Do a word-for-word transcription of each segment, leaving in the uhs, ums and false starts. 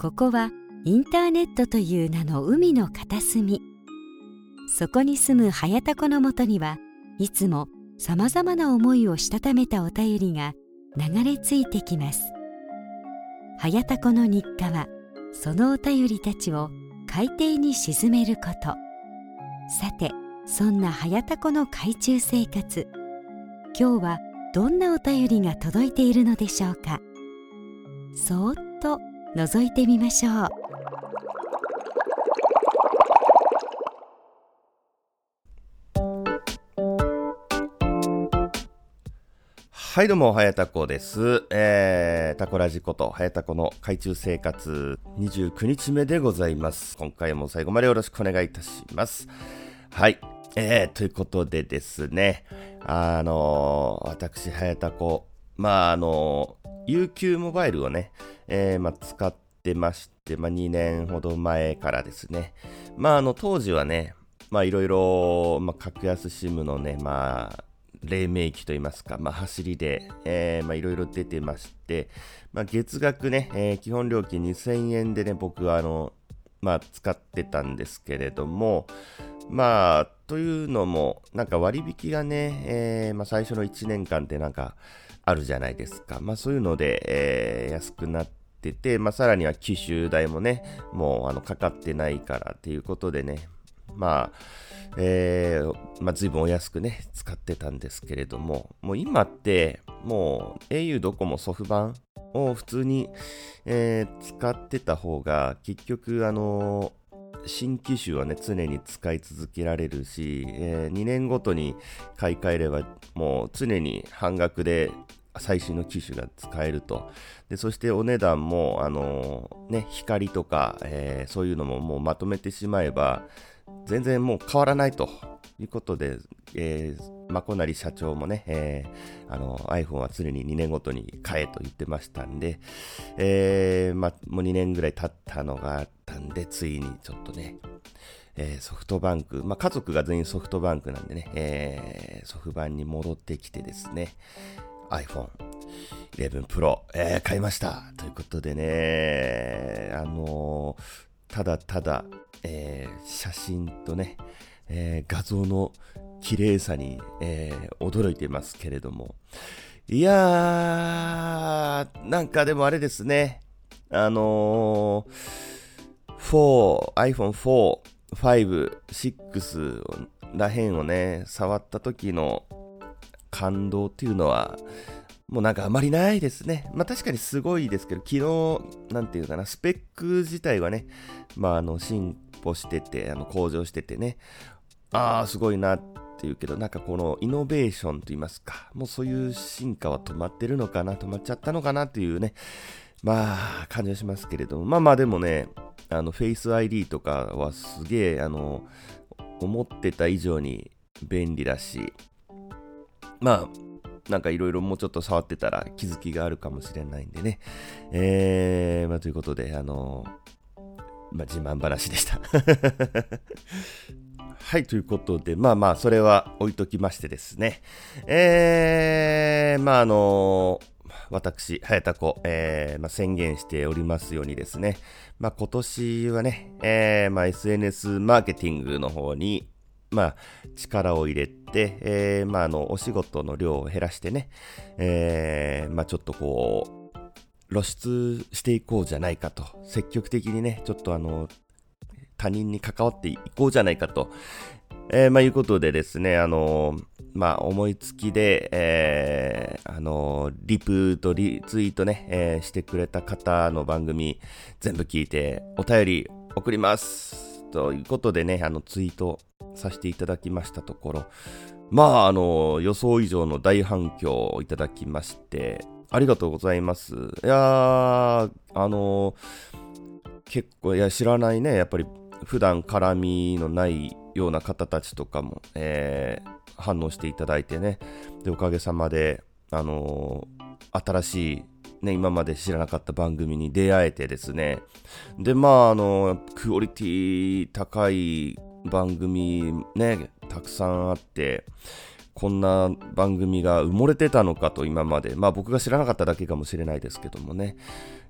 ここはインターネットという名の海の片隅。そこに住むはやたこのもとにはいつもさまざまな思いをしたためたお便りが流れ着いてきます。はやたこの日課はそのお便りたちを海底に沈めること。さて、そんなはやたこの海中生活、今日はどんなお便りが届いているのでしょうか。そーっと覗いてみましょう。 はいどうも、はやたこです。えー、タコラジことはやたこの海中生活にじゅうくにちめでございます。今回も最後までよろしくお願いいたします。はい、えー、ということでですね、あのー、私はやたこ、まああのー、ユーキュー モバイルをね、えー、まあ使ってまして、まあにねんほど前からですね、まああの当時はね、まあいろいろ、まあ格安 SIM のね、まあ黎明期といいますか、まあ、走りで、えー、まあいろいろ出てまして、まあ、月額ね、えー、基本料金にせんえんでね、僕はあの、まあ、使ってたんですけれども、まあ、というのも、なんか割引がね、えー、まあ、最初のいちねんかんってなんかあるじゃないですか。まあ、そういうので、えー、安くなってて、まあ、さらには機種代もね、もうあのかかってないからっていうことでね、まあ、えー、まあ、随分お安くね、使ってたんですけれども、もう今って、もう au ドコモソフ版を普通に、えー、使ってた方が、結局、あのー、新機種はね、常に使い続けられるし、えー、にねんごとに買い替えれば、もう常に半額で最新の機種が使えると。で、そしてお値段も、あのー、ね、光とか、えー、そういうのももうまとめてしまえば、全然もう変わらないということで、えー、まこなり社長もね、えー、あの iPhone は常ににねんごとに買えと言ってましたんで、えー、まもうにねんぐらい経ったのがあったんで、ついにちょっとね、えー、ソフトバンク、まあ、家族が全員ソフトバンクなんでね、えー、ソフバンに戻ってきてですね、iPhone じゅういち Pro、えー、買いましたということでね、あのー、ただただえー、写真とね、えー、画像の綺麗さに、えー、驚いていますけれども、いやー、なんかでもあれですね、あのー、iPhone フォー、ファイブ、シックスらへんをね、触った時の感動っていうのは、もうなんかあまりないですね。まあ確かにすごいですけど、昨日、なんていうかな、スペック自体はね、まああの、進歩してて、あの、向上しててね、ああ、すごいなっていうけど、なんかこのイノベーションといいますか、もうそういう進化は止まってるのかな、止まっちゃったのかなっていうね、まあ、感じはしますけれども、まあまあでもね、あの、フェイス アイディー とかはすげえ、あの、思ってた以上に便利だし、まあ、なんかいろいろもうちょっと触ってたら気づきがあるかもしれないんでね。えー、まあということで、あのー、まあ自慢話でした。はい、ということで、まあまあ、それは置いときましてですね。えー、まああのー、私、はやたこ、えーまあ、宣言しておりますようにですね、まあ今年はね、えーまあ、エスエヌエス マーケティングの方に、まあ、力を入れて、えー、まあ、あの、お仕事の量を減らしてね、えー、まあ、ちょっとこう、露出していこうじゃないかと、積極的にね、ちょっとあの、他人に関わっていこうじゃないかと、えー、まあ、いうことでですね、あの、まあ、思いつきで、えー、あの、リプとリツイートね、えー、してくれた方の番組、全部聞いて、お便り送ります。ということでね、あの、ツイートさせていただきましたところ、まあ、あの、予想以上の大反響をいただきまして、ありがとうございます。いやー、あの、結構、いや、知らないね、やっぱり、普段絡みのないような方たちとかも、えー、反応していただいてね、で、おかげさまで、あのー、新しい、ね、今まで知らなかった番組に出会えてですね、で、まあ、あの、クオリティ高い番組ね、たくさんあって、こんな番組が埋もれてたのかと今まで、まあ僕が知らなかっただけかもしれないですけどもね、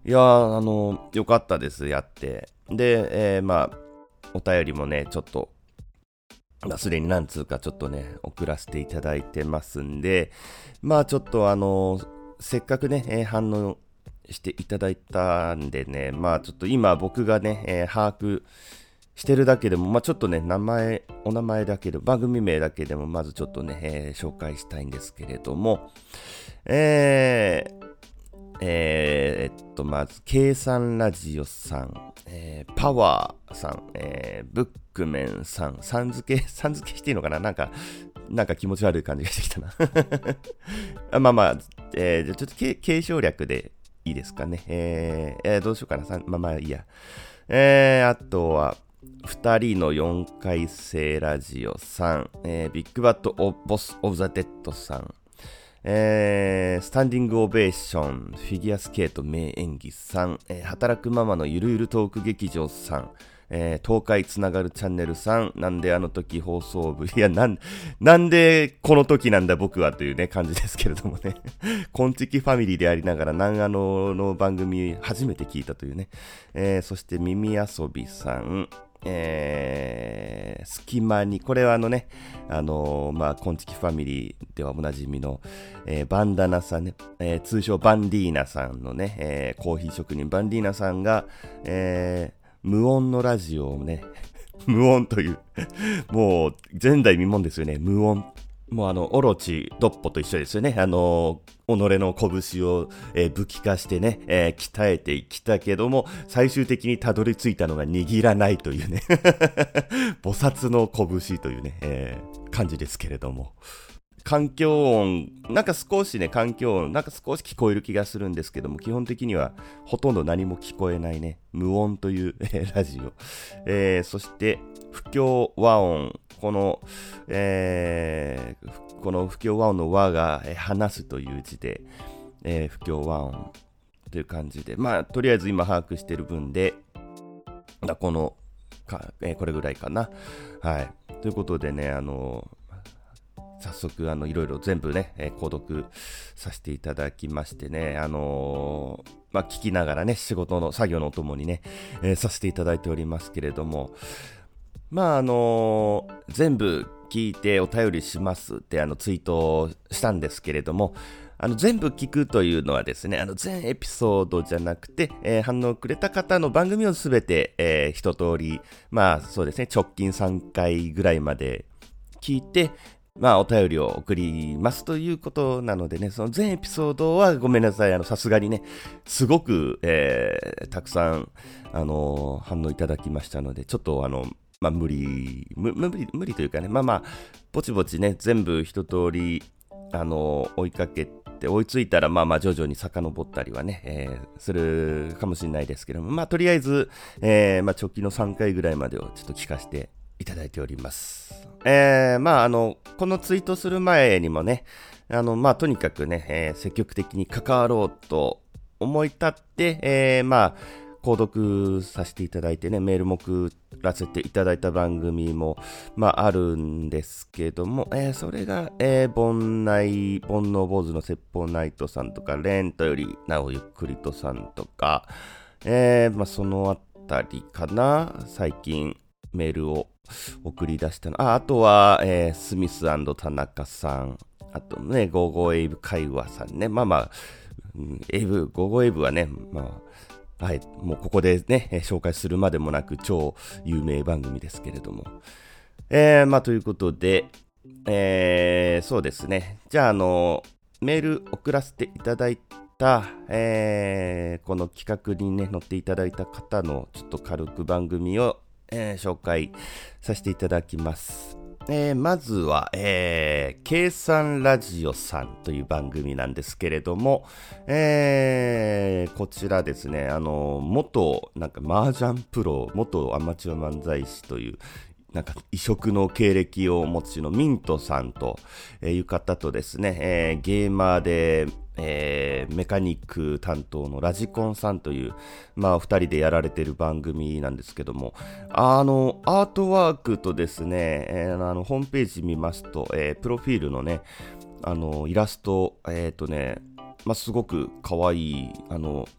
いやー、あの、よかったです、やって。で、えー、まあ、お便りもね、ちょっと、まあ、すでに何通かちょっとね、送らせていただいてますんで、まあ、ちょっとあの、せっかくね、えー、反応していただいたんでね、まあ、ちょっと今僕がね、えー、把握してるだけでも、まあ、ちょっとね、名前、お名前だけで、番組名だけでも、まずちょっとね、えー、紹介したいんですけれども、えー、えー、っと、まず、計算ラジオさん、えー、パワーさん、えー、ブックメンさん、さん付け、さん付けしていいのかななんか、なんか気持ち悪い感じがしてきたな。あまあまあ、えー、じゃあちょっと継承略でいいですかね。えー、えー、どうしようかな。まあまあいいや。えー、あとは、ふたりのよんかい生ラジオさん、えー、ビッグバットオボスオブザデッドさん、えー、スタンディングオベーション、フィギュアスケート名演技さん、えー、働くママのゆるゆるトーク劇場さん、えー、東海つながるチャンネルさん、なんであの時放送部、いや、なん、なんでこの時なんだ僕はというね、感じですけれどもね。コンチキファミリーでありながら、なんあのの番組初めて聞いたというね。えー、そして耳遊びさん、えー、隙間に、これはあのね、あのー、まあ、コンチキファミリーではおなじみの、えー、バンダナさんね、えー、通称バンディーナさんのね、えー、コーヒー職人バンディーナさんが、えー、無音のラジオをね、無音という、もう前代未聞ですよね、無音。もうあの、オロチ、ドッポと一緒ですよね。あの、己の拳を、えー、武器化してね、えー、鍛えてきたけども、最終的にたどり着いたのが握らないというね、菩薩の拳というね、えー、感じですけれども。環境音、なんか少しね、環境音、なんか少し聞こえる気がするんですけども、基本的にはほとんど何も聞こえないね、無音という、えー、ラジオ。えー、そして、不協和音。この、えー、この不協和音の和が、えー、話すという字で、えー、不協和音という感じで、まあ、とりあえず今把握している分で、このか、えー、これぐらいかな。はい。ということでね、あのー、早速あのいろいろ全部ね、えー、購読させていただきましてね、あのー、まあ聞きながらね、仕事の作業のお供にね、えー、させていただいておりますけれども、まああのー、全部聞いてお便りしますってあのツイートをしたんですけれども、あの全部聞くというのはですね、あの全エピソードじゃなくて、えー、反応をくれた方の番組をすべて、えー、一通り、まあそうですね、直近さんかいぐらいまで聞いて、まあ、お便りを送りますということなのでね、その全エピソードはごめんなさい、あの、さすがにね、すごく、えー、たくさん、あのー、反応いただきましたので、ちょっとあの、まあ、無理、無理、無理というかね、まあまあ、ぼちぼちね、全部一通り、あのー、追いかけて、追いついたら、まあまあ、徐々に遡ったりはね、えー、するかもしれないですけども、まあ、とりあえず、えー、まあ、直近のさんかいぐらいまでをちょっと聞かせていただいております。えー、まああのこのツイートする前にもね、あのまあとにかくね、えー、積極的に関わろうと思い立って、えー、まあ購読させていただいてね、メールも送らせていただいた番組もまああるんですけども、えー、それが、えー、煩内煩悩坊主の説法ナイトさんとか、レントよりなおゆっくりとさんとか、えー、まあそのあたりかな、最近メールを送り出したの。あ、あとは、えー、スミス&田中さん。あとね、ゴーゴーエイブ会話さんね。まあまあ、エイブ、ゴーゴーエイブはね、まあ、はい、もうここでね、紹介するまでもなく超有名番組ですけれども。えー、まあということで、えー、そうですね。じゃあ、あの、メール送らせていただいた、えー、この企画にね、載っていただいた方のちょっと軽く番組をえー、紹介させていただきます。えー、まずは、えー、計算ラジオさんという番組なんですけれども、えー、こちらですね、あの元なんか麻雀プロ、元アマチュア漫才師というなんか異色の経歴をお持ちのミントさんという方とですね、えー、ゲーマーでえー、メカニック担当のラジコンさんという、まあ、二人でやられている番組なんですけども、あの、アートワークとですね、えー、あの、ホームページ見ますと、えー、プロフィールのね、あの、イラスト、えっとね、まあ、すごく可愛い、あの、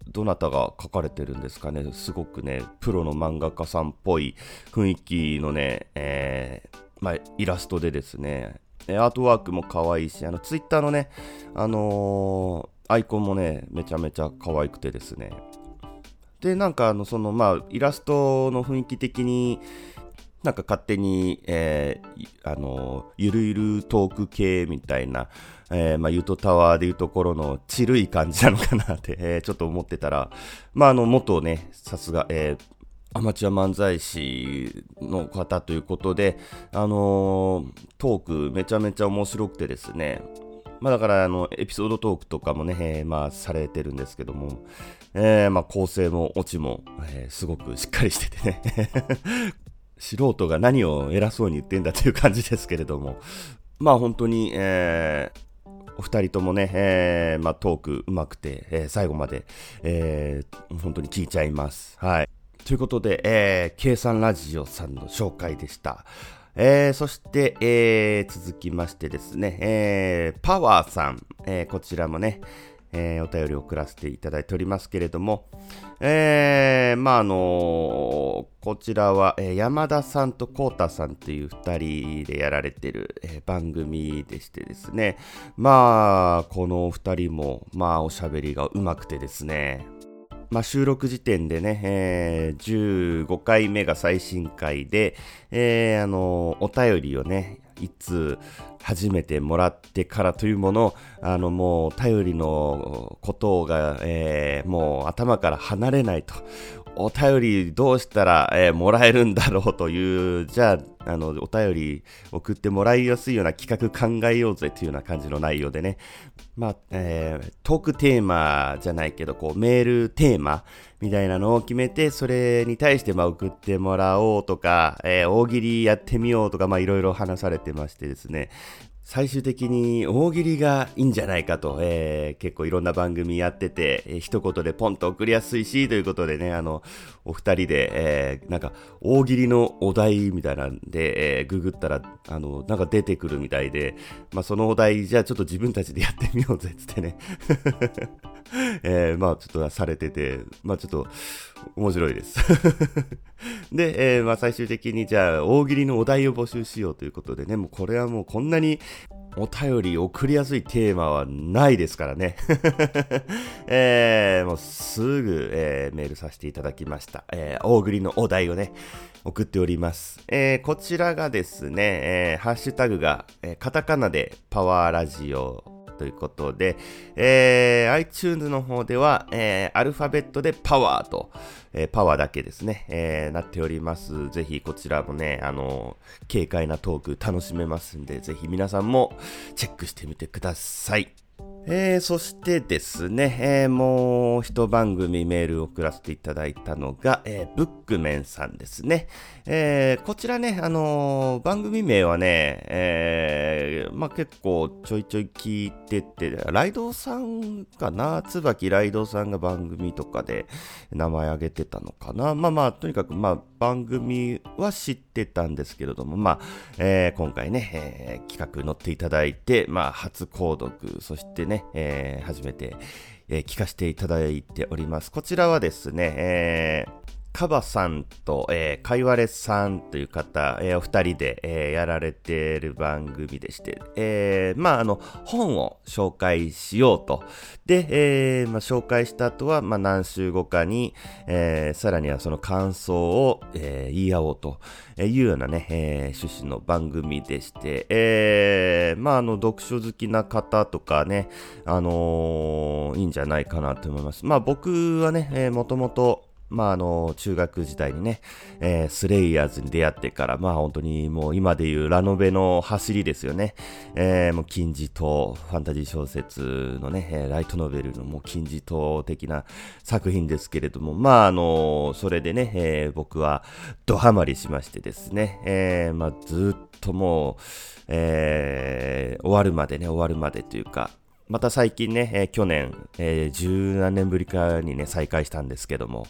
どなたが描かれてるんですかね。すごくね、プロの漫画家さんっぽい雰囲気のね、えーまあ、イラストでですね、アートワークも可愛いし、あのツイッターのね、あのー、アイコンもね、めちゃめちゃ可愛くてですね。で、なんかあの、その、まあ、イラストの雰囲気的に、なんか勝手に、えー、あの、ゆるゆるトーク系みたいな、えー、まあ、ユートタワーでいうところのチルい感じなのかなって、えー、ちょっと思ってたら、まあ、あの、元ね、さすが、えー、アマチュア漫才師の方ということで、あのー、トークめちゃめちゃ面白くてですね、まあだからあのエピソードトークとかもね、えー、まあされてるんですけども、えー、まあ構成もオチも、えー、すごくしっかりしててね素人が何を偉そうに言ってんだという感じですけれども、まあ本当に、えー、お二人ともね、えー、まあトークうまくて、えー、最後まで、えー、本当に聞いちゃいます。はい。ということで、えー、計算ラジオさんの紹介でした。えー、そして、えー、続きましてですね、えー、パワーさん、えー、こちらもね、えー、お便りを送らせていただいておりますけれども、えー、まああのー、こちらは、えー、山田さんとコウタさんという二人でやられてる、えー、番組でしてですね、まあこの二人もまあおしゃべりがうまくてですね、まあ、収録時点でね、えー、じゅうごかいめが最新回で、えー、あのお便りをね、いつ初めてもらってからというもの、あのもう頼りのことが、えー、もう頭から離れないと。お便りどうしたら、えー、もらえるんだろうという、じゃあ、あの、お便り送ってもらいやすいような企画考えようぜというような感じの内容でね、まあ、えー、トークテーマじゃないけど、こう、メールテーマみたいなのを決めて、それに対して、まあ、送ってもらおうとか、えー、大喜利やってみようとか、まあ、いろいろ話されてましてですね、最終的に大喜利がいいんじゃないかと、えー、結構いろんな番組やってて、えー、一言でポンと送りやすいしということでね、あのお二人で、えー、なんか大喜利のお題みたいなんで、えー、ググったらあのなんか出てくるみたいで、まあ、そのお題じゃあちょっと自分たちでやってみようぜっつってね、えー、まあちょっとされてて、まあちょっと面白いですで、えー、まあ最終的にじゃあ大喜利のお題を募集しようということでね、もうこれはもうこんなにお便り送りやすいテーマはないですからね、えー、もうすぐ、えー、メールさせていただきました、えー、大喜利のお題をね送っております、えー、こちらがですね、えー、ハッシュタグが、えー、カタカナでパワーラジオということで、えー、iTunes の方では、えー、アルファベットでパワーと、えー、パワーだけですね、えー、なっております。ぜひこちらもね、あのー、軽快なトーク楽しめますんで、ぜひ皆さんもチェックしてみてください。えー、そしてですね、えー、もう一番組メールを送らせていただいたのが、えー、ブックメンさんですね。えー、こちらね、あのー、番組名はね、えー、まあ、結構ちょいちょい聞いてて、ライドウさんかな、椿ライドウさんが番組とかで名前挙げてたのかな。まあまあ、とにかくまあ番組は知ってたんですけれども、まあ、えー、今回ね、えー、企画乗っていただいて、まあ初購読、そしてね、えー、初めて、えー、聞かせていただいております。こちらはですね、えーカバさんと、えー、かいわれさんという方、えー、お二人で、えー、やられている番組でして、えー、まああの本を紹介しようと。で、えーまあ、紹介した後は、まあ、何週後かに、えー、さらにはその感想を、えー、言い合おうというようなね、えー、趣旨の番組でして、えー、まああの読書好きな方とかね、あのー、いいんじゃないかなと思います。まあ僕はね、えー、もともとまああの中学時代にね、えー、スレイヤーズに出会ってからまあ本当にもう今でいうラノベの走りですよね、えー、もう金字塔ファンタジー小説のね、えー、ライトノベルのもう金字塔的な作品ですけれども、まああのそれでね、えー、僕はドハマりしましてですね、えー、まあずっともう、えー、終わるまでね終わるまでというか、また最近ね、えー、去年、えー、十何年ぶりかにね再開したんですけども、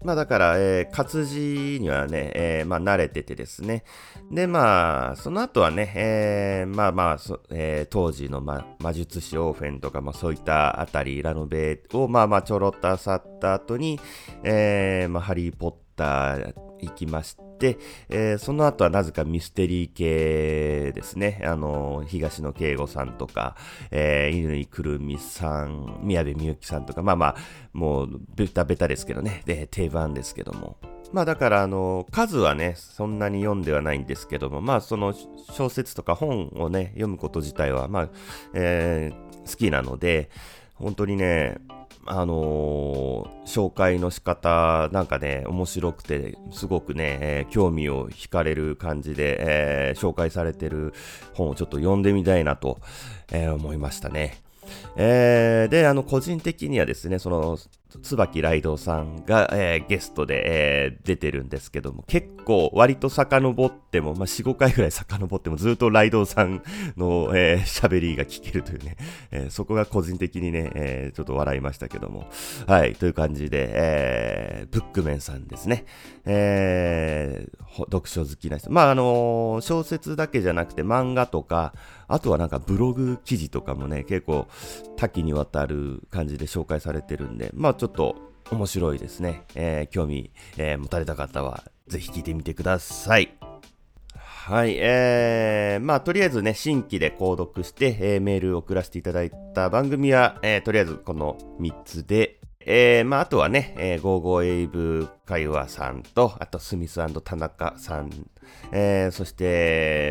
まあだから、えー、活字にはね、えー、まあ慣れててですね。で、まあ、その後はね、えー、まあまあ、えー、当時の、まあ、魔術師オーフェンとか、まあそういったあたり、ラノベを、まあまあちょろっと漁った後に、えー、まあハリーポッター行きまして、えー、その後はなぜかミステリー系ですね。あの、東野圭吾さんとか、えー、乾くるみさん、宮部みゆきさんとか、まあまあ、もう、ベタベタですけどね。で、定番ですけども。まあだからあの数はねそんなに読んではないんですけども、まあその小説とか本をね読むこと自体はまあ、えー、好きなので、本当にねあのー、紹介の仕方なんかね面白くてすごくね、えー、興味を惹かれる感じで、えー、紹介されてる本をちょっと読んでみたいなと、えー、思いましたね。えー、で、あの、個人的にはですね、その、椿ライドさんが、えー、ゲストで、えー、出てるんですけども、結構割と遡っても、まあ、よん、ごかいぐらい遡ってもずっとライドさんの喋、えー、りが聞けるというね、えー、そこが個人的にね、えー、ちょっと笑いましたけども、はい、という感じで、えー、ブックメンさんですね、えー、読書好きな人、まあ、あのー、小説だけじゃなくて漫画とか、あとはなんかブログ記事とかもね、結構多岐にわたる感じで紹介されてるんで、まあちょっと面白いですね。えー、興味、えー、持たれた方はぜひ聞いてみてください。はい、えー、まあとりあえずね、新規で購読して、えー、メールを送らせていただいた番組は、えー、とりあえずこのみっつで、えー、まああとはね、えー、ゴーゴーエイブ会話さんと、あとスミス&田中さん、えー、そして、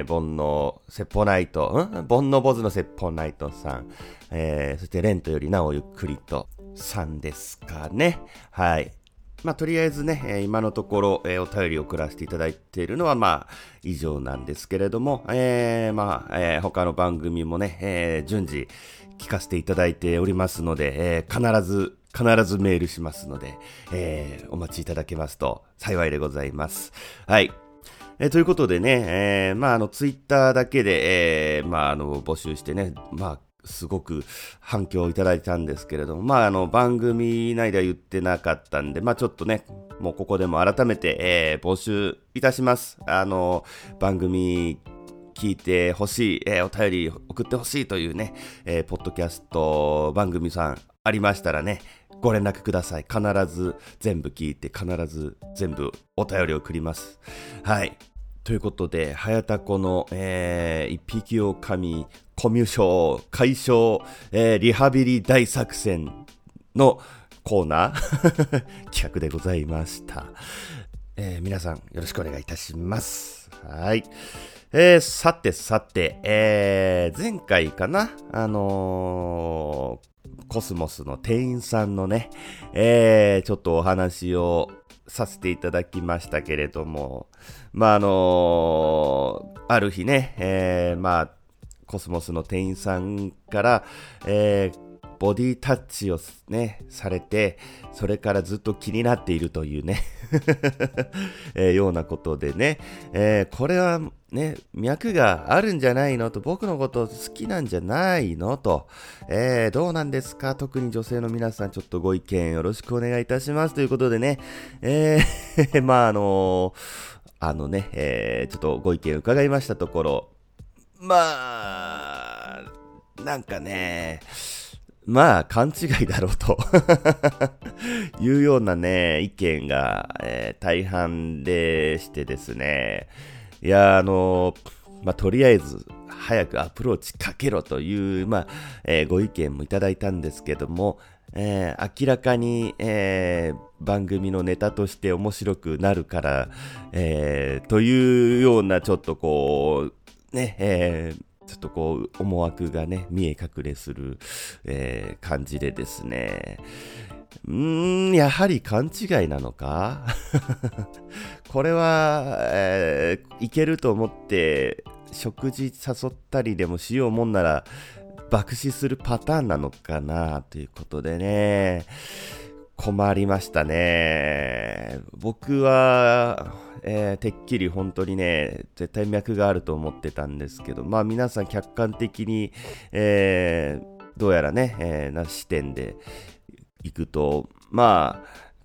煩悩説法ナイト、ん煩悩坊主の説法ナイトさん、えー、そしてレントよりなおゆっくりとさんですかね。はい。まあ、とりあえずね、えー、今のところ、えー、お便りを送らせていただいているのは、まあ、以上なんですけれども、えー、まあ、えー、他の番組もね、えー、順次聞かせていただいておりますので、えー、必ず、必ずメールしますので、えー、お待ちいただけますと幸いでございます。はい。えー、ということでね、えー、まあ、あの、ツイッターだけで、えー、まあ、あの、募集してね、まあ、すごく反響をいただいたんですけれども、まあ、あの、番組内では言ってなかったんで、まあ、ちょっとね、もうここでも改めて、えー、募集いたします。あの、番組聞いてほしい、えー、お便り送ってほしいというね、えー、ポッドキャスト番組さんありましたらね、ご連絡ください。必ず全部聞いて、必ず全部お便りを送ります。はい。ということで、はやたこの、えー、一匹狼コミュ障解消、えー、リハビリ大作戦のコーナー企画でございました、えー。皆さんよろしくお願いいたします。はい。えー、さてさて、えー、前回かな、あのー、コスモスの店員さんのね、えー、ちょっとお話をさせていただきましたけれども、まああのー、ある日ね、えー、まあコスモスの店員さんから、えー、ボディタッチをねされて、それからずっと気になっているというね、えー、ようなことでね、えー、これはね脈があるんじゃないのと、僕のこと好きなんじゃないのと、えー、どうなんですか、特に女性の皆さんちょっとご意見よろしくお願いいたしますということでね、えー、まああのー、あのね、えー、ちょっとご意見伺いましたところ、まあなんかね、まあ勘違いだろうというようなね意見が、えー、大半でしてですね、いやあのまあとりあえず早くアプローチかけろという、まあえー、ご意見もいただいたんですけども、えー、明らかに、えー、番組のネタとして面白くなるから、えー、というようなちょっとこうね、えーちょっとこう思惑がね見え隠れする、えー、感じでですね、うーんやはり勘違いなのかこれは、えー、いけると思って食事誘ったりでもしようもんなら爆死するパターンなのかなということでね、困りましたね。僕は、えー、てっきり本当にね絶対脈があると思ってたんですけど、まあ皆さん客観的に、えー、どうやらね、えー、な視点でいくと、まあ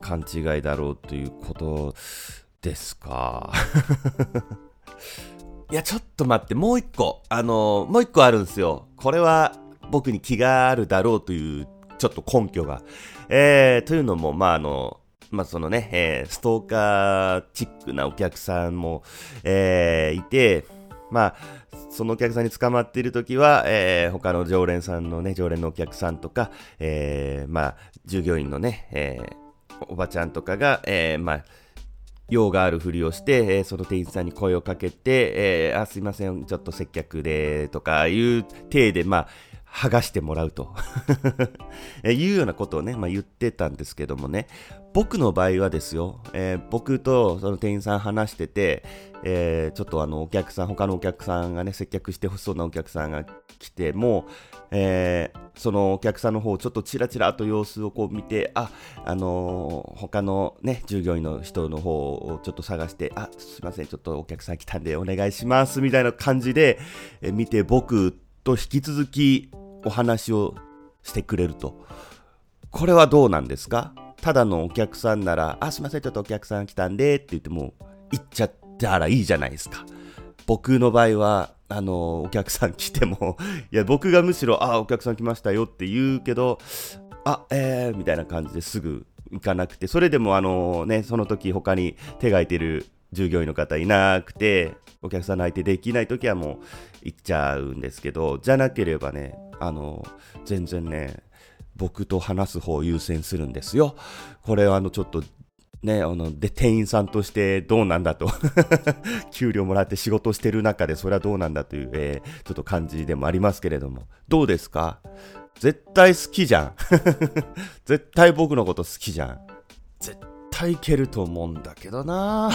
勘違いだろうということですか。いや、ちょっと待って、もう一個、あの、もう一個あるんですよ。これは僕に気があるだろうというちょっと根拠が。えー、というのも、まあ、あの、まあ、そのね、えー、ストーカーチックなお客さんも、えー、いて、まあ、そのお客さんに捕まっているときは、えー、他の常連さんのね、常連のお客さんとか、えー、まあ、従業員のね、えー、おばちゃんとかが、えー、まあ、用があるふりをして、えー、その店員さんに声をかけて、えー、あ、すいません、ちょっと接客で、とかいう体で、まあ、剥がしてもらうというようなことをね、まあ、言ってたんですけどもね、僕の場合はですよ、えー、僕とその店員さん話してて、えー、ちょっとあのお客さん、他のお客さんがね、接客してほしそうなお客さんが来ても、えー、そのお客さんの方をちょっとチラチラと様子をこう見て、あ、あのー、他のね、従業員の人の方をちょっと探して、あ、すいません、ちょっとお客さん来たんでお願いしますみたいな感じで、えー、見て、僕と引き続きお話をしてくれると。これはどうなんですか？ただのお客さんなら、あ、すいません、ちょっとお客さん来たんでって言っても行っちゃったらいいじゃないですか。僕の場合はあのお客さん来てもいや僕がむしろあお客さん来ましたよって言うけど、あえーみたいな感じですぐ行かなくて、それでもあのねその時他に手が空いてる従業員の方いなくてお客さんの相手できない時はもう行っちゃうんですけど、じゃなければねあの全然ね僕と話す方を優先するんですよ。これはあのちょっとね、あので店員さんとしてどうなんだと給料もらって仕事してる中でそれはどうなんだという、えー、ちょっと感じでもありますけれども、どうですか？絶対好きじゃん絶対僕のこと好きじゃん。絶対いけると思うんだけどな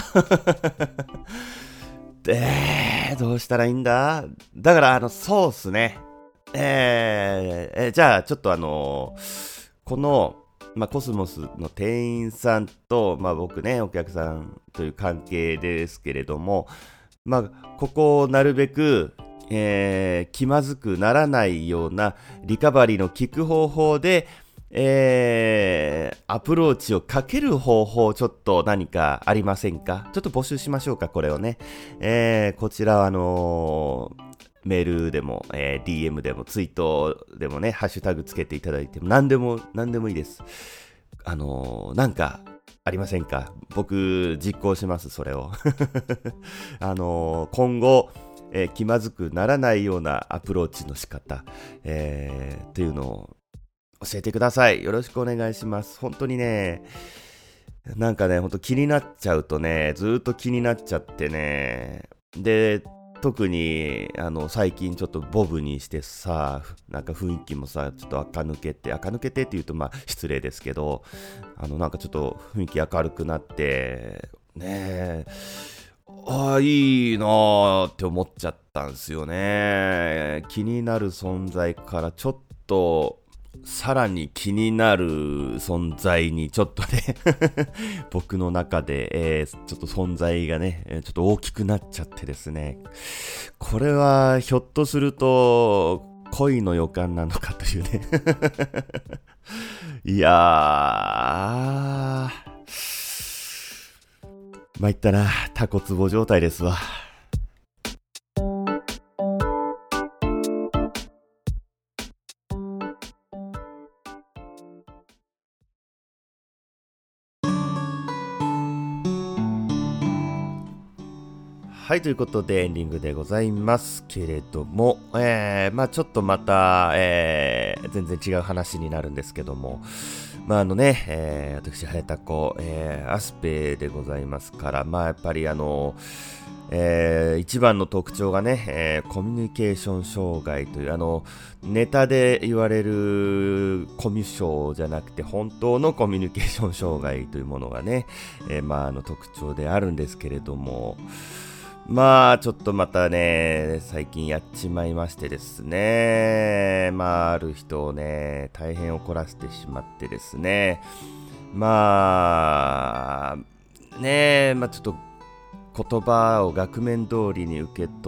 えー、どうしたらいいんだ？だからあのそうっすね、えーえー、じゃあちょっとあのー、このまあ、コスモスの店員さんと、まあ、僕ねお客さんという関係ですけれども、まあ、ここをなるべく、えー、気まずくならないようなリカバリーの効く方法で、えー、アプローチをかける方法ちょっと何かありませんか？ちょっと募集しましょうか、これをね、えー、こちらはあのーメールでも、えー、ディーエム でもツイートでもねハッシュタグつけていただいても何でも何でもいいです。あのー、なんかありませんか？僕実行します、それをあのー、今後、えー、気まずくならないようなアプローチの仕方、えー、っていうのを教えてください。よろしくお願いします。本当にねなんかね本当気になっちゃうとねずーっと気になっちゃってね、で特にあの最近ちょっとボブにしてさ、なんか雰囲気もさちょっと垢抜けて垢抜けてって言うとまあ失礼ですけど、あのなんかちょっと雰囲気明るくなってねえ、ああいいなーって思っちゃったんですよね。気になる存在からちょっとさらに気になる存在にちょっとね僕の中で、えー、ちょっと存在がねちょっと大きくなっちゃってですね、これはひょっとすると恋の予感なのかというねいやー参ったな、タコツボ状態ですわ。はい、ということでエンディングでございますけれども、えー、まあちょっとまた、えー、全然違う話になるんですけども、まああのね、えー、私、はやたこ、えー、アスペでございますから、まあやっぱりあの、えー、一番の特徴がね、えー、コミュニケーション障害というあのネタで言われるコミュ障じゃなくて本当のコミュニケーション障害というものがね、えー、まああの特徴であるんですけれども、まあちょっとまたね最近やっちまいましてですね、まあある人をね大変怒らせてしまってですね、まあねまあちょっと言葉を額面通りに受け取っ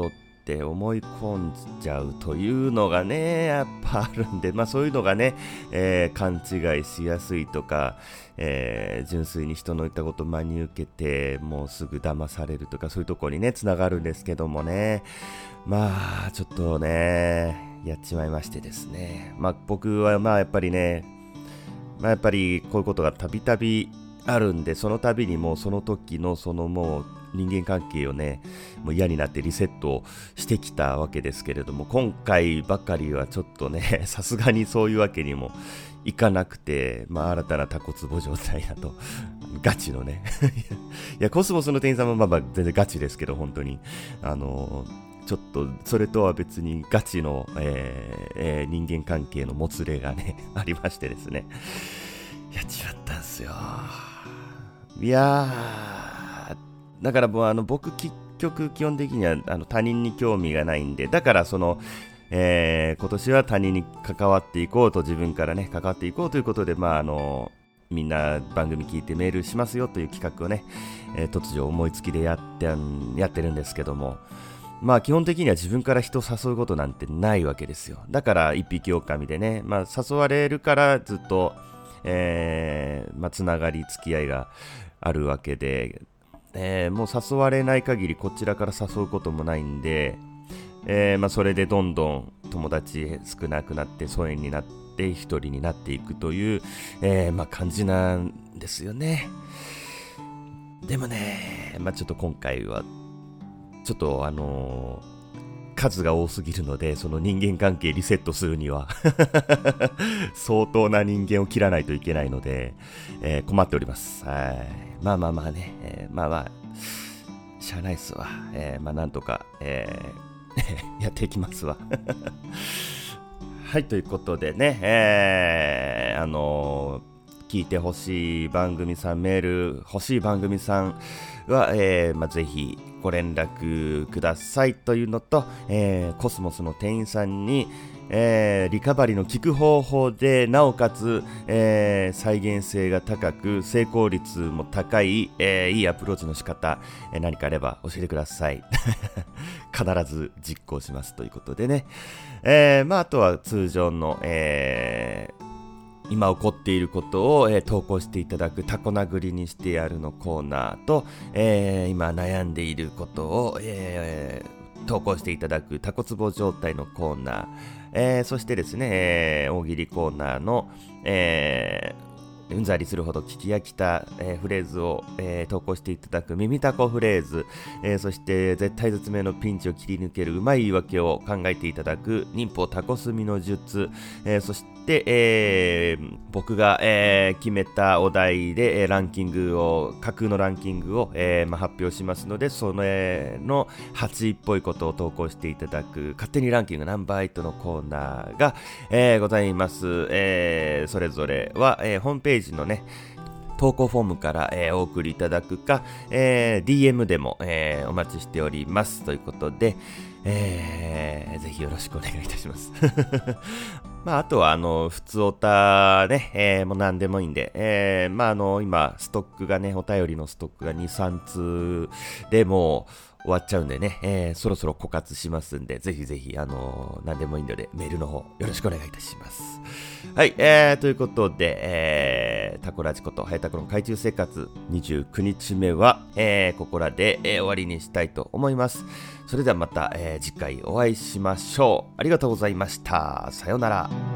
って思い込んじゃうというのがねやっぱあるんで、まあそういうのがね、えー、勘違いしやすいとか、えー、純粋に人の言ったことを真に受けてもうすぐ騙されるとか、そういうところにねつながるんですけどもね、まあちょっとねやっちまいましてですね、まあ僕はまあやっぱりね、まあ、やっぱりこういうことがたびたびあるんで、その度にもうその時のそのもう人間関係をねもう嫌になってリセットしてきたわけですけれども、今回ばかりはちょっとねさすがにそういうわけにもいかなくて、まあ新たなタコツボ状態だとガチのねいやコスモスの店員さんもまあまあ全然ガチですけど、本当にあのー、ちょっとそれとは別にガチの、えーえー、人間関係のもつれがねありましてですね、やっちまったんですよ。いやーだからもうあの僕結局基本的にはあの他人に興味がないんで、だからその、えー、今年は他人に関わっていこうと、自分からね関わっていこうということで、まああのみんな番組聞いてメールしますよという企画をね、えー、突如思いつきでやってやってるんですけども、まあ基本的には自分から人を誘うことなんてないわけですよ。だから一匹狼でね、まあ誘われるからずっと、えー、まあつながり付き合いがあるわけで、えー、もう誘われない限りこちらから誘うこともないんで、えー、まあそれでどんどん友達少なくなって疎遠になって一人になっていくという、えー、まあ感じなんですよね。でもね、まあちょっと今回はちょっとあのー、数が多すぎるので、その人間関係リセットするには相当な人間を切らないといけないので、えー、困っております。はい。まあまあまあね、えー、まあまあしゃあないっすわ。えー、まあなんとか、えー、やっていきますわ。はい、ということでね、えー、あのー、聞いてほしい番組さん、メール欲しい番組さんは、えーまあ、ぜひご連絡くださいというのと、えー、コスモスの店員さんに、えー、リカバリーの効く方法でなおかつ、えー、再現性が高く成功率も高い、えー、いいアプローチの仕方、えー、何かあれば教えてください。必ず実行しますということでね、えーまあ、あとは通常の、えー今起こっていることを、えー、投稿していただくタコ殴りにしてやるのコーナーと、えー、今悩んでいることを、えー、投稿していただくタコツボ状態のコーナー、えー、そしてですね、えー、大喜利コーナーの、えーうんざりするほど聞き飽きた、えー、フレーズを、えー、投稿していただく耳タコフレーズ、えー、そして絶体絶命のピンチを切り抜けるうまい言い訳を考えていただく忍法タコスミの術、えー、そしてえー、僕が、えー、決めたお題で、えー、ランキングを架空のランキングを、えーまあ、発表しますので、その、えー、のはちいっぽいことを投稿していただく勝手にランキングナンバーエイトのコーナーが、えー、ございます、えー、それぞれは、えー、ホームページのね投稿フォームから、えー、お送りいただくか、えー、ディーエム でも、えー、お待ちしておりますということで、えー、ぜひよろしくお願いいたします。まあ、あとは、あの、普通おたね、えー、もう何でもいいんで、えー、まあ、あの、今、ストックがね、お便りのストックがに、さんつうでもう終わっちゃうんでね、えー、そろそろ枯渇しますんで、ぜひぜひ、あの、何でもいいので、メールの方、よろしくお願いいたします。はい、えー、ということで、えー、タコラジこと、ハヤタコの海中生活にじゅうくにちめは、えー、ここらで、えー、終わりにしたいと思います。それではまた、えー、次回お会いしましょう。ありがとうございました。さようなら。